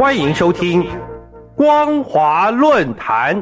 欢迎收听光华论坛。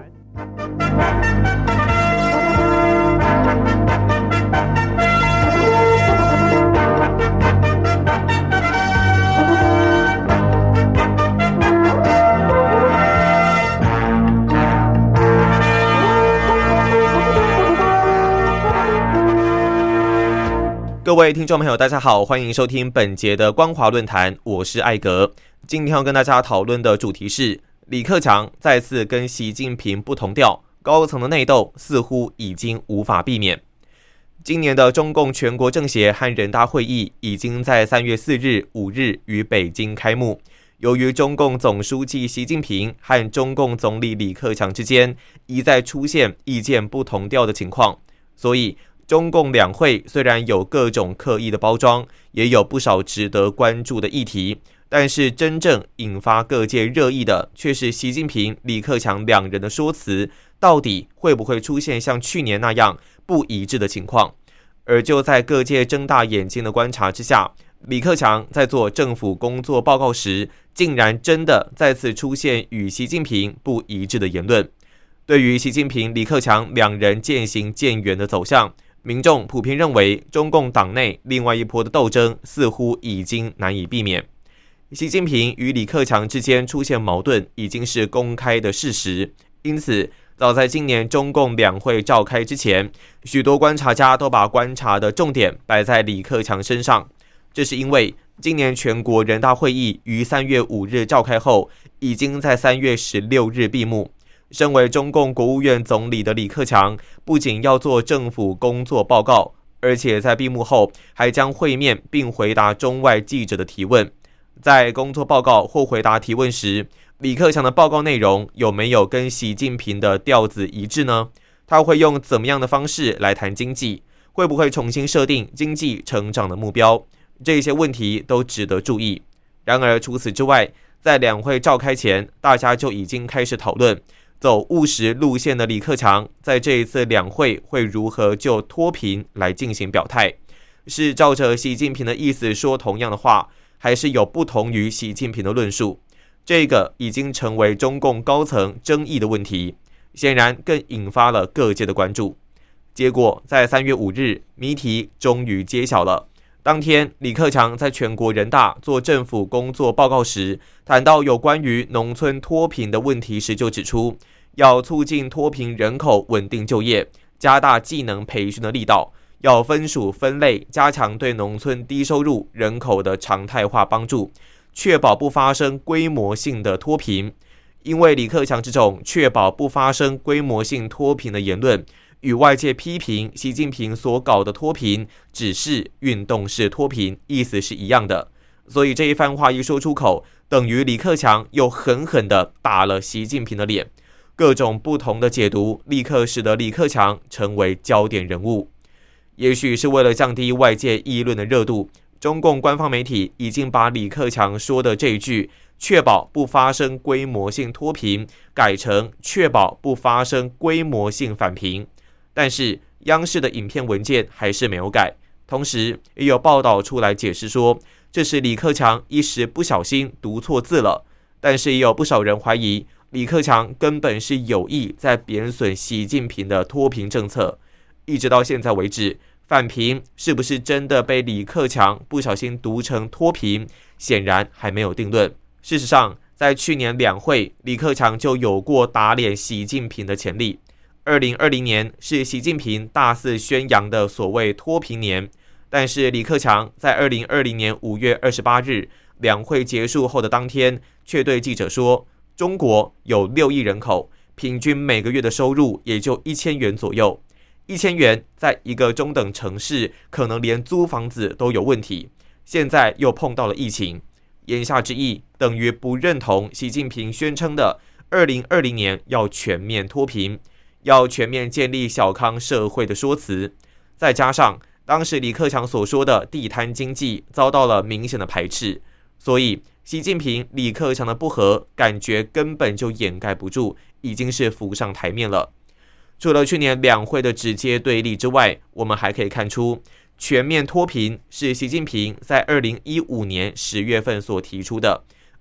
各位听众朋友大家好，欢迎收听本节的光华论坛，我是艾格。今天要跟大家讨论的主题是李克强再次跟习近平不同调，高层的内斗似乎已经无法避免。今年的中共全国政协和人大会议已经在3月4日、5日于北京开幕。由于中共总书记习近平和中共总理李克强之间一再出现意见不同调的情况，所以中共两会虽然有各种刻意的包装，也有不少值得关注的议题，但是真正引发各界热议的却是习近平、李克强两人的说辞到底会不会出现像去年那样不一致的情况。而就在各界睁大眼睛的观察之下，李克强在做政府工作报告时，竟然真的再次出现与习近平不一致的言论。对于习近平、李克强两人渐行渐远的走向，民众普遍认为中共党内另外一波的斗争似乎已经难以避免。习近平与李克强之间出现矛盾已经是公开的事实，因此早在今年中共两会召开之前，许多观察家都把观察的重点摆在李克强身上。这是因为今年全国人大会议于3月5日召开后，已经在3月16日闭幕。身为中共国务院总理的李克强，不仅要做政府工作报告，而且在闭幕后还将会面并回答中外记者的提问。在工作报告或回答提问时，李克强的报告内容有没有跟习近平的调子一致呢？他会用怎么样的方式来谈经济？会不会重新设定经济成长的目标？这些问题都值得注意。然而除此之外，在两会召开前，大家就已经开始讨论走务实路线的李克强在这一次两会会如何就脱贫来进行表态，是照着习近平的意思说同样的话，还是有不同于习近平的论述？这个已经成为中共高层争议的问题，显然更引发了各界的关注。结果在3月5日，谜题终于揭晓了。当天，李克强在全国人大做政府工作报告时，谈到有关于农村脱贫的问题时，就指出要促进脱贫人口稳定就业，加大技能培训的力道，要分属分类，加强对农村低收入人口的常态化帮助，确保不发生规模性的脱贫。因为李克强这种确保不发生规模性脱贫的言论，与外界批评习近平所搞的脱贫只是运动式脱贫意思是一样的，所以这一番话一说出口，等于李克强又狠狠地打了习近平的脸。各种不同的解读立刻使得李克强成为焦点人物。也许是为了降低外界议论的热度，中共官方媒体已经把李克强说的这一句确保不发生规模性脱贫改成确保不发生规模性返贫。但是央视的影片文件还是没有改，同时也有报道出来解释说，这是李克强一时不小心读错字了。但是也有不少人怀疑李克强根本是有意在贬损习近平的脱贫政策。一直到现在为止，返贫是不是真的被李克强不小心读成脱贫，显然还没有定论。事实上，在去年两会，李克强就有过打脸习近平的潜力。2020年是习近平大肆宣扬的所谓脱贫年，但是李克强在2020年5月28日两会结束后的当天，却对记者说，中国有6亿人口，平均每个月的收入也就1000元左右。1000元在一个中等城市，可能连租房子都有问题，现在又碰到了疫情。言下之意，等于不认同习近平宣称的2020年要全面脱贫，要全面建立小康社会的说辞。再加上当时李克强所说的地摊经济遭到了明显的排斥，所以习近平、李克强的不合感觉根本就掩盖不住，已经是浮上台面了。除了去年两会的直接对立之外，我们还可以看出，全面脱贫是习近平在2015年10月份所提出的，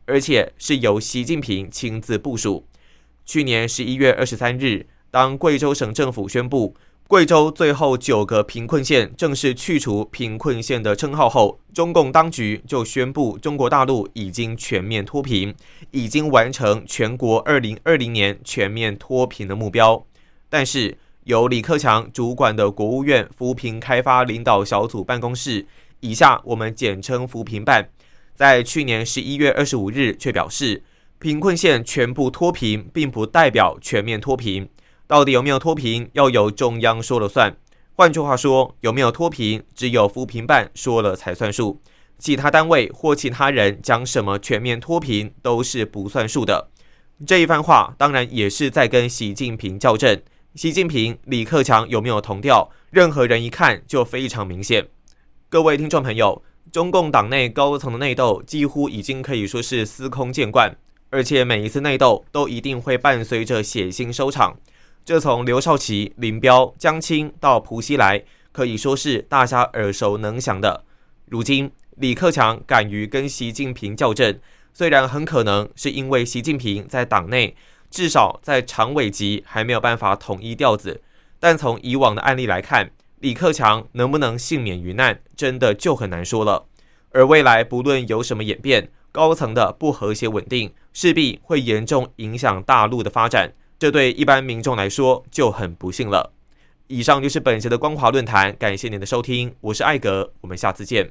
而且是由习近平亲自部署。去年11月23日，当贵州省政府宣布贵州最后9个贫困县正式去除贫困县的称号后，中共当局就宣布中国大陆已经全面脱贫，已经完成全国2020年全面脱贫的目标。但是由李克强主管的国务院扶贫开发领导小组办公室，以下我们简称扶贫办，在去年11月25日却表示，贫困县全部脱贫并不代表全面脱贫，到底有没有脱贫要由中央说了算。换句话说，有没有脱贫只有扶贫办说了才算数，其他单位或其他人讲什么全面脱贫都是不算数的。这一番话当然也是在跟习近平校正。习近平、李克强有没有同调，任何人一看就非常明显。各位听众朋友，中共党内高层的内斗几乎已经可以说是司空见惯，而且每一次内斗都一定会伴随着血腥收场。这从刘少奇、林彪、江青到蒲熙来，可以说是大家耳熟能详的。如今李克强敢于跟习近平校正，虽然很可能是因为习近平在党内至少在常委级还没有办法统一调子，但从以往的案例来看，李克强能不能幸免于难，真的就很难说了。而未来不论有什么演变，高层的不和谐稳定势必会严重影响大陆的发展，这对一般民众来说就很不幸了。以上就是本节的光华论坛，感谢您的收听，我是艾格，我们下次见。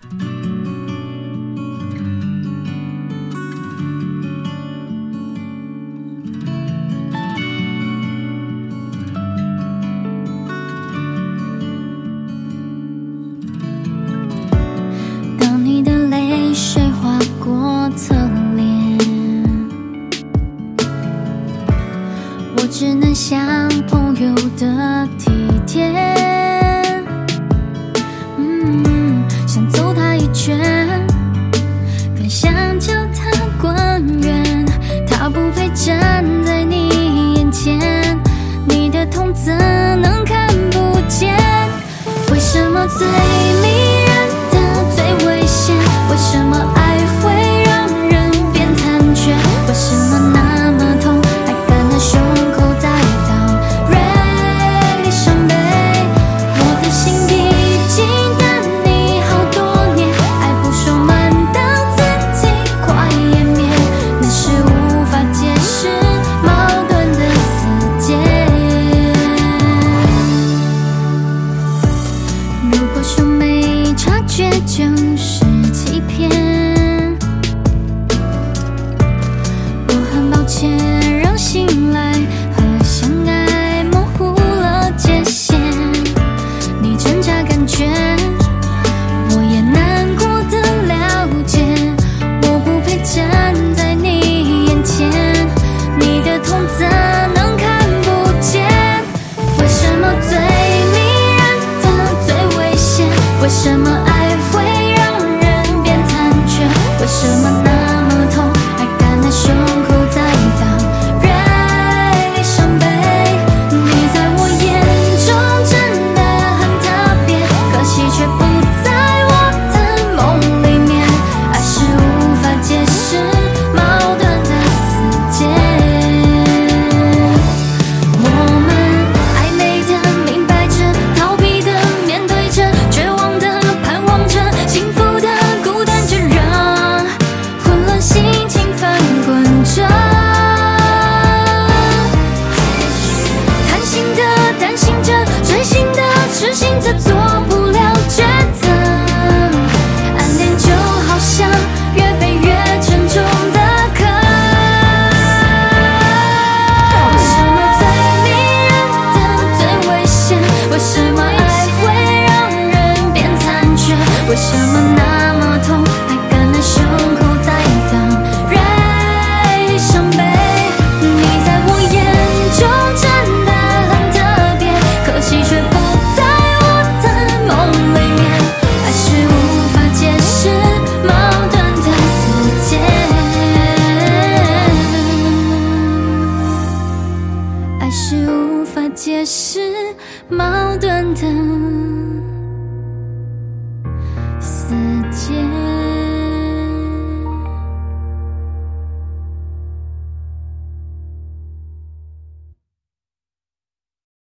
只能像朋友的体贴，想走他一圈，更想叫他滚远。他不配站在你眼前，你的痛怎能看不见？为什么最迷人的最危险？为什么爱会让人变残缺？为什么那么痛还敢在胸口就是欺骗，我很抱歉让信赖和相爱模糊了界限，你挣扎感觉我也难过的了解，我不配站在你眼前，你的痛怎能看不见？为什么最迷人的最危险？为什么爱会为什么那么痛还敢在胸口再当锐利伤悲？你在我眼中真的很特别，可惜却不在我的梦里面，爱是无法解释矛盾的死结。我们暧昧的明白着，逃避的面对着，绝望的盼望着，幸福的孤单着，心情翻滚着，贪心的担心着，追星的痴心着，做不了抉择。暗恋就好像越背越沉重的壳。为什么最迷人的最危险？为什么爱会让人变残缺？为什么那么痛还敢在胸口解释矛盾的死结。